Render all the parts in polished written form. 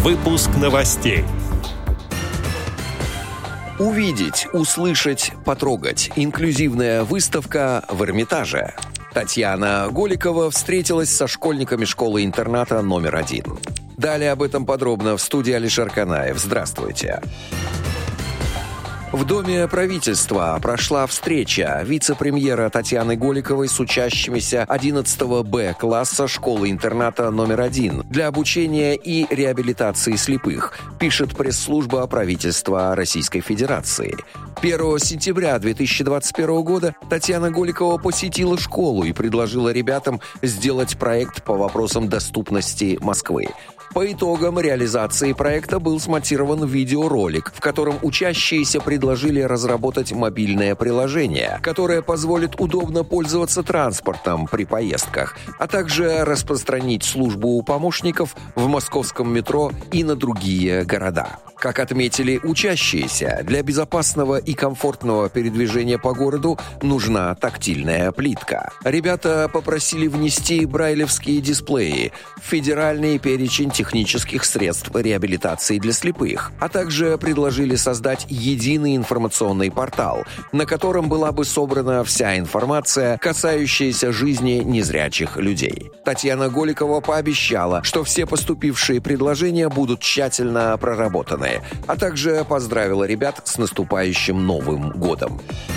Выпуск новостей. Увидеть, услышать, потрогать. Инклюзивная выставка в Эрмитаже. Татьяна Голикова встретилась со школьниками школы-интерната номер 1. Далее об этом подробно в студии Алишер Канаев. Здравствуйте. В Доме правительства прошла встреча вице-премьера Татьяны Голиковой с учащимися 11 Б-класса школы-интерната номер 1 для обучения и реабилитации слепых, пишет пресс-служба правительства Российской Федерации. 1 сентября 2021 года Татьяна Голикова посетила школу и предложила ребятам сделать проект по вопросам доступности Москвы. По итогам реализации проекта был смонтирован видеоролик, в котором учащиеся предложили разработать мобильное приложение, которое позволит удобно пользоваться транспортом при поездках, а также распространить службу помощников в московском метро и на другие города. Как отметили учащиеся, для безопасного и комфортного передвижения по городу нужна тактильная плитка. Ребята попросили внести брайлевские дисплеи в федеральный перечень технических средств реабилитации для слепых, а также предложили создать единый информационный портал, на котором была бы собрана вся информация, касающаяся жизни незрячих людей. Татьяна Голикова пообещала, что все поступившие предложения будут тщательно проработаны, а также поздравила ребят с наступающим Новым годом.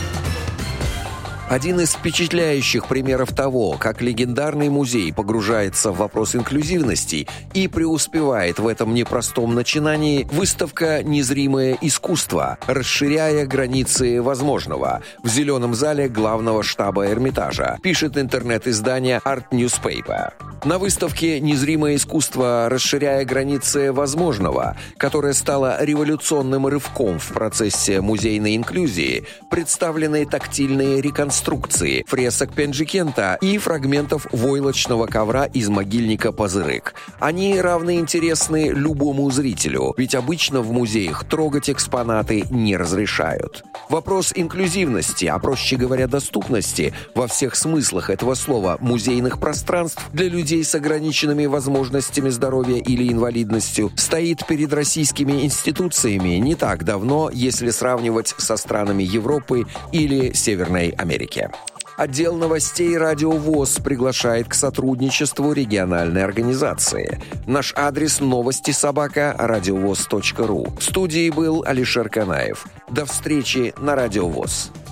Один из впечатляющих примеров того, как легендарный музей погружается в вопрос инклюзивности и преуспевает в этом непростом начинании, выставка «Незримое искусство», расширяя границы возможного в зеленом зале главного штаба Эрмитажа, пишет интернет-издание Art Newspaper. На выставке «Незримое искусство. Расширяя границы возможного», которая стала революционным рывком в процессе музейной инклюзии, представлены тактильные реконструкции фресок Пенджикента и фрагментов войлочного ковра из могильника Пазырык. Они равно интересны любому зрителю, ведь обычно в музеях трогать экспонаты не разрешают. Вопрос инклюзивности, а проще говоря доступности, во всех смыслах этого слова музейных пространств для людей с ограниченными возможностями здоровья или инвалидностью, стоит перед российскими институциями не так давно, если сравнивать со странами Европы или Северной Америки. Отдел новостей «Радио ВОС» приглашает к сотрудничеству региональной организации. Наш адрес новости@радиовоз.ру. В студии был Алишер Канаев. До встречи на Радио ВОС.